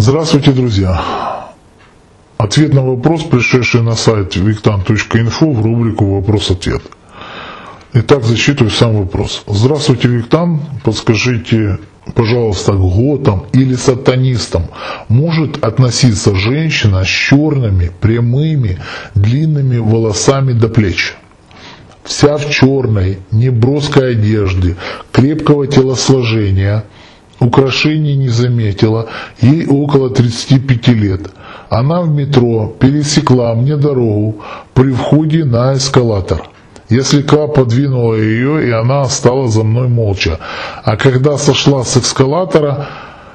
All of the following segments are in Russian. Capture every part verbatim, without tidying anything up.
Здравствуйте, друзья! Ответ на вопрос, пришедший на сайт виктан точка инфо в рубрику «Вопрос-ответ». Итак, зачитываю сам вопрос. Здравствуйте, Виктан. Подскажите, пожалуйста, к готам или сатанистам может относиться женщина с черными, прямыми, длинными волосами до плеч? Вся в черной, неброской одежде, крепкого телосложения, украшений не заметила, ей около тридцати пяти лет. Она в метро пересекла мне дорогу при входе на эскалатор. Я слегка подвинула ее, и она стала за мной молча. А когда сошла с эскалатора,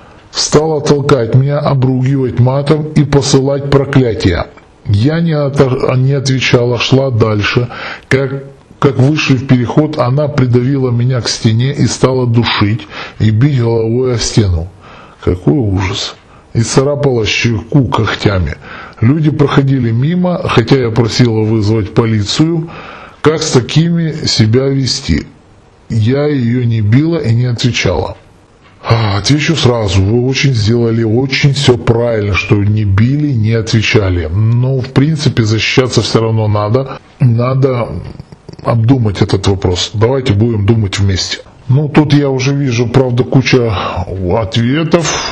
стала толкать меня, обругивать матом и посылать проклятия. Я не, от... не отвечала, шла дальше. Как... как вышли в переход, она придавила меня к стене и стала душить и бить головой о стену. Какой ужас! И царапала щеку когтями. Люди проходили мимо, хотя я просила вызвать полицию. Как с такими себя вести? Я ее не била и не отвечала. А, отвечу сразу, вы очень сделали, очень все правильно, что не били, не отвечали. Но в принципе защищаться все равно надо. Надо обдумать этот вопрос. Давайте будем думать вместе. Ну, тут я уже вижу, правда, куча ответов.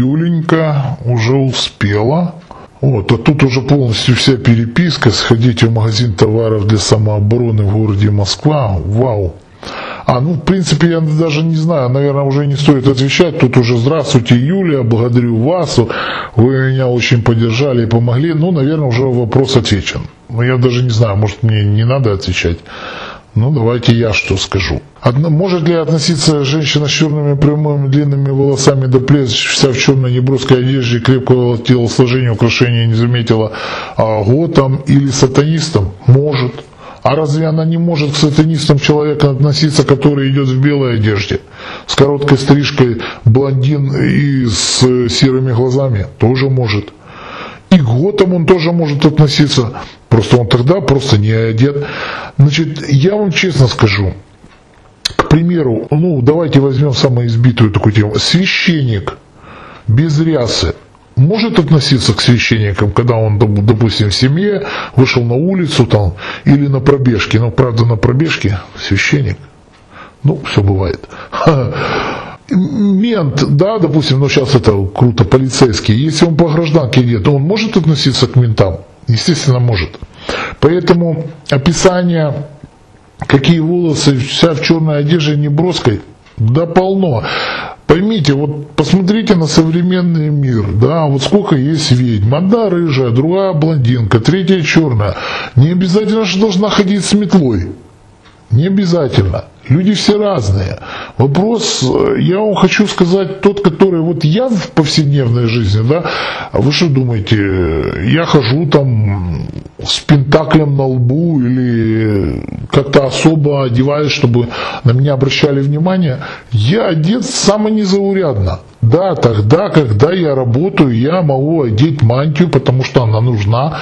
Юленька уже успела. Вот, а тут уже полностью вся переписка. Сходите в магазин товаров для самообороны в городе Москва. Вау. А, ну, в принципе, я даже не знаю, наверное, уже не стоит отвечать. Тут уже здравствуйте, Юлия, благодарю вас. Вы меня очень поддержали и помогли. Ну, наверное, уже вопрос отвечен. Но я даже не знаю, может, мне не надо отвечать. Ну, давайте я что скажу. Одно, может ли относиться женщина с черными прямыми длинными волосами до плеч, вся в черной неброской одежде, крепкого телосложения, украшения не заметила, а готам или сатанистам? Может. А разве она не может к сатанистам человека относиться, который идет в белой одежде, с короткой стрижкой, блондин и с серыми глазами? Тоже может. И к готам он тоже может относиться, просто он тогда просто не одет. Значит, я вам честно скажу, к примеру, ну давайте возьмем самую избитую такую тему. Священник без рясы может относиться к священникам, когда он, допустим, в семье вышел на улицу там или на пробежке, но правда на пробежке священник, ну все бывает. Мент, да, допустим, ну сейчас это круто, полицейский, если он по гражданке идет, то он может относиться к ментам? Естественно, может. Поэтому описание, какие волосы, вся в черной одежде неброской, да полно. Поймите, вот посмотрите на современный мир, да, вот сколько есть ведьм. Одна рыжая, другая блондинка, третья черная. Не обязательно же должна ходить с метлой. Не обязательно. Люди все разные. Вопрос, я вам хочу сказать, тот, который вот я в повседневной жизни, да, вы что думаете, я хожу там с пентаклем на лбу или как-то особо одеваюсь, чтобы на меня обращали внимание? Я одет самое незаурядно. Да, тогда, когда я работаю, я могу одеть мантию, потому что она нужна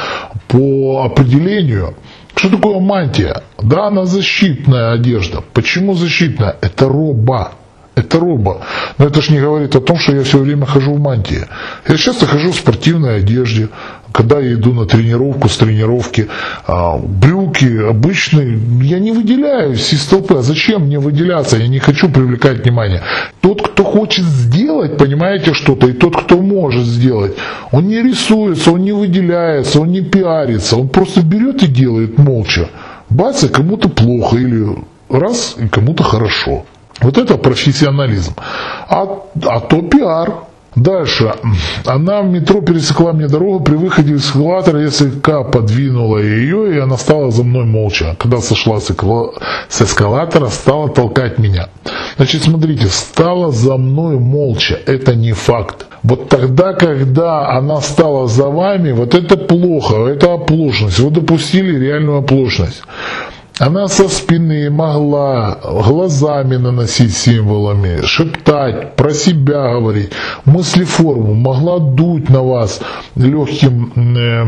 по определению. Что такое мантия? Да, она защитная одежда. Почему защитная? Это роба. Это роба. Но это же не говорит о том, что я все время хожу в мантии. Я часто хожу в спортивной одежде, когда я иду на тренировку, с тренировки. А, брюки обычные. Я не выделяюсь из толпы. А зачем мне выделяться? Я не хочу привлекать внимание. Тот, кто хочет сделать, понимаете, что-то, и тот, кто может сделать, он не рисуется, он не выделяется, он не пиарится. Он просто берет и делает молча. Бац, и кому-то плохо. Или раз, и кому-то хорошо. Вот это профессионализм. А, а то пиар. Дальше. Она в метро пересекла мне дорогу, при выходе из эскалатора я слегка подвинула ее, и она стала за мной молча. Когда сошла с эскалатора, стала толкать меня. Значит, смотрите, стала за мной молча. Это не факт. Вот тогда, когда она стала за вами, вот это плохо, это оплошность. Вы допустили реальную оплошность. Она со спины могла глазами наносить символами, шептать, про себя говорить, мыслеформу, могла дуть на вас легким, э,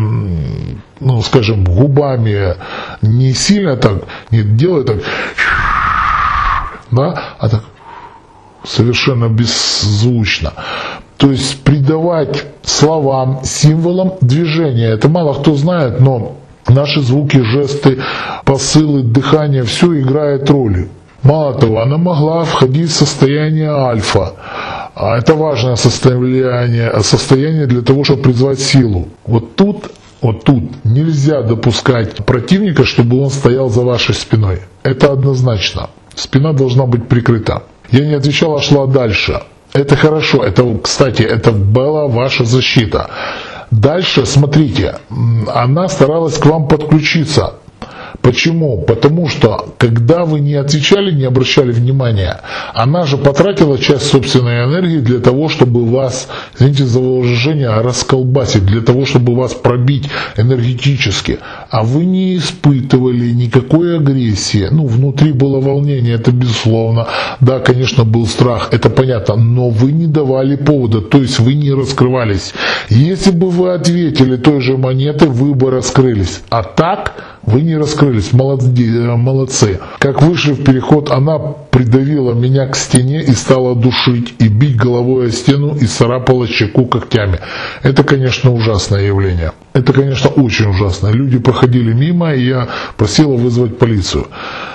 ну скажем, губами, не сильно так, не делай так, да, а так совершенно беззвучно. То есть придавать словам, символам движения. Это мало кто знает, но наши звуки, жесты, посылы, дыхание, все играет роли. Мало того, она могла входить в состояние альфа. А это важное состояние, состояние для того, чтобы призвать силу. Вот тут, вот тут нельзя допускать противника, чтобы он стоял за вашей спиной. Это однозначно. Спина должна быть прикрыта. Я не отвечала, шла дальше. Это хорошо. Это, кстати, это была ваша защита. Дальше, смотрите, она старалась к вам подключиться. Почему? Потому что, когда вы не отвечали, не обращали внимания, она же потратила часть собственной энергии для того, чтобы вас, извините за выражение, расколбасить, для того, чтобы вас пробить энергетически. А вы не испытывали никакой агрессии. Ну, внутри было волнение, это безусловно. Да, конечно, был страх, это понятно, но вы не давали повода, то есть вы не раскрывались. Если бы вы ответили той же монетой, вы бы раскрылись. А так вы не раскрылись. Молодцы. Как вышли в переход, она придавила меня к стене и стала душить, и бить головой о стену, и царапала щеку когтями. Это, конечно, ужасное явление. Это, конечно, очень ужасно. Люди проходили мимо, и я просила вызвать полицию.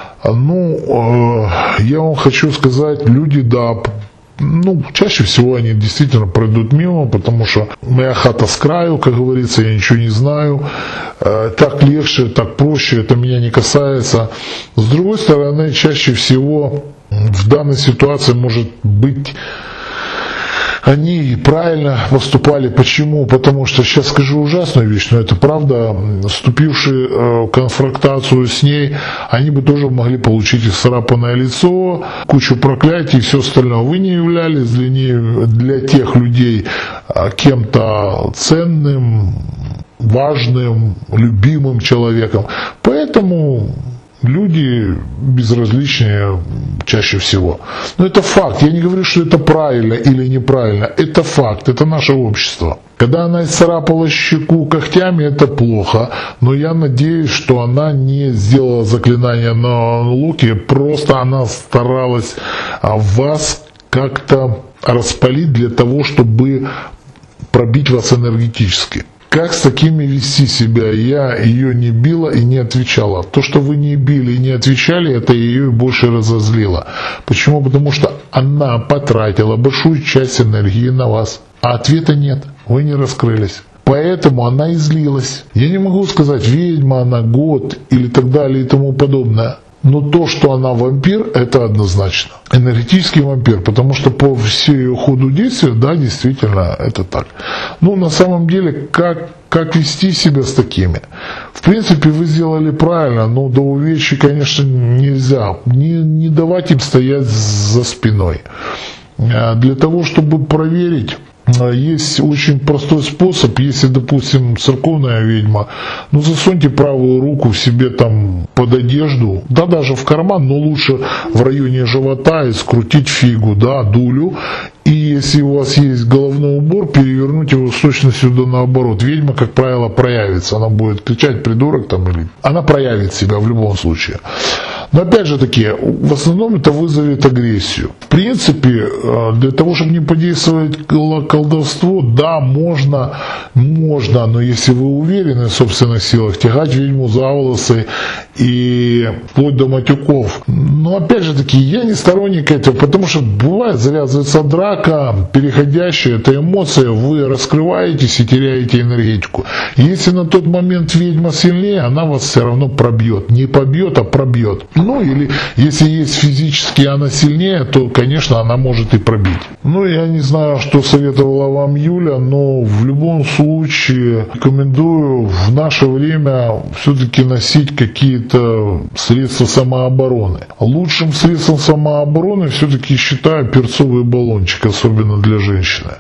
Ну, я вам хочу сказать, люди, да, ну, чаще всего они действительно пройдут мимо, потому что моя хата с краю, как говорится, я ничего не знаю. Так легче, так проще, это меня не касается. С другой стороны, чаще всего в данной ситуации может быть, они правильно поступали. Почему? Потому что, сейчас скажу ужасную вещь, но это правда, вступившие в конфронтацию с ней, они бы тоже могли получить исцарапанное лицо, кучу проклятий и все остальное. Вы не являлись для, нее, для тех людей кем-то ценным, важным, любимым человеком. Поэтому люди безразличнее чаще всего. Но это факт. Я не говорю, что это правильно или неправильно. Это факт. Это наше общество. Когда она исцарапала щеку когтями, это плохо. Но я надеюсь, что она не сделала заклинание на луке. Просто она старалась вас как-то распалить для того, чтобы пробить вас энергетически. Как с такими вести себя? Я ее не била и не отвечала. То, что вы не били и не отвечали, это ее больше разозлило. Почему? Потому что она потратила большую часть энергии на вас, а ответа нет. Вы не раскрылись. Поэтому она и злилась. Я не могу сказать, ведьма она, год или так далее и тому подобное. Но то, что она вампир, это однозначно. Энергетический вампир, потому что по всей ее ходу действия, да, действительно, это так. Ну, на самом деле, как, как вести себя с такими? В принципе, вы сделали правильно, но до увечья, конечно, нельзя. Не, не давать им стоять за спиной. Для того, чтобы проверить, есть очень простой способ. Если, допустим, церковная ведьма, ну засуньте правую руку в себе там под одежду, да даже в карман, но лучше в районе живота и скрутить фигу, да, дулю. И если у вас есть головной убор, перевернуть его с точностью да наоборот. Ведьма, как правило, проявится. Она будет кричать «придурок» там или... Она проявит себя в любом случае. Но опять же таки, в основном это вызовет агрессию. В принципе, для того, чтобы не подействовать колдовство, да, можно, можно, но если вы уверены в собственных силах, тягать ведьму за волосы и вплоть до матюков. Но опять же таки, я не сторонник этого, потому что бывает, завязывается драка, переходящая, это эмоция, вы раскрываетесь и теряете энергетику. Если на тот момент ведьма сильнее, она вас все равно пробьет. Не побьет, а пробьет. Ну или если есть физически она сильнее, то, конечно, она может и пробить. Ну, я не знаю, что советовала вам Юля, но в любом случае рекомендую в наше время все-таки носить какие-то средства самообороны. Лучшим средством самообороны все-таки считаю перцовый баллончик, особенно для женщины.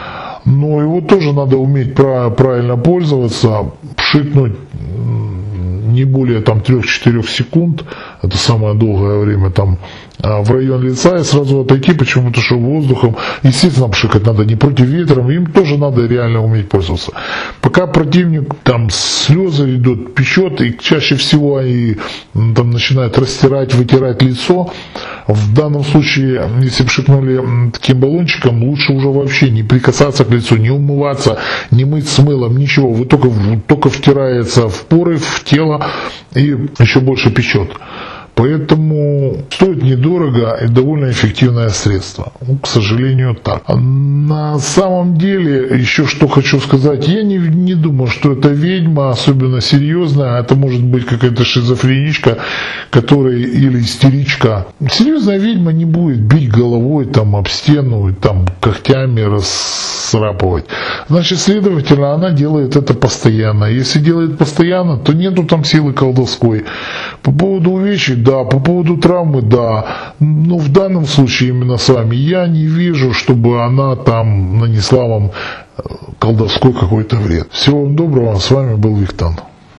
Но его тоже надо уметь правильно пользоваться, пшикнуть не более там трех-четырех секунд, это самое долгое время там в район лица и сразу отойти, почему-то, что воздухом, естественно, пшикать надо не против ветра, им тоже надо реально уметь пользоваться. Пока противник там слезы идут, печет, и чаще всего они там начинают растирать, вытирать лицо, в данном случае, если пшикнули таким баллончиком, лучше уже вообще не прикасаться к лицу, не умываться, не мыть с мылом, ничего, вы только, только втирается в поры, в тело и еще больше печет. Поэтому стоит недорого и довольно эффективное средство. Ну, к сожалению, так. На самом деле, еще что хочу сказать, я не, не думаю, что это ведьма, особенно серьезная, это может быть какая-то шизофреничка, которая, или истеричка. Серьезная ведьма не будет бить головой там, об стену, там, когтями расцарапывать. Значит, следовательно, она делает это постоянно. Если делает постоянно, то нету там силы колдовской. По поводу увечий, да, по поводу травмы, да, но в данном случае именно с вами я не вижу, чтобы она там нанесла вам колдовской какой-то вред. Всего вам доброго, с вами был Виктан.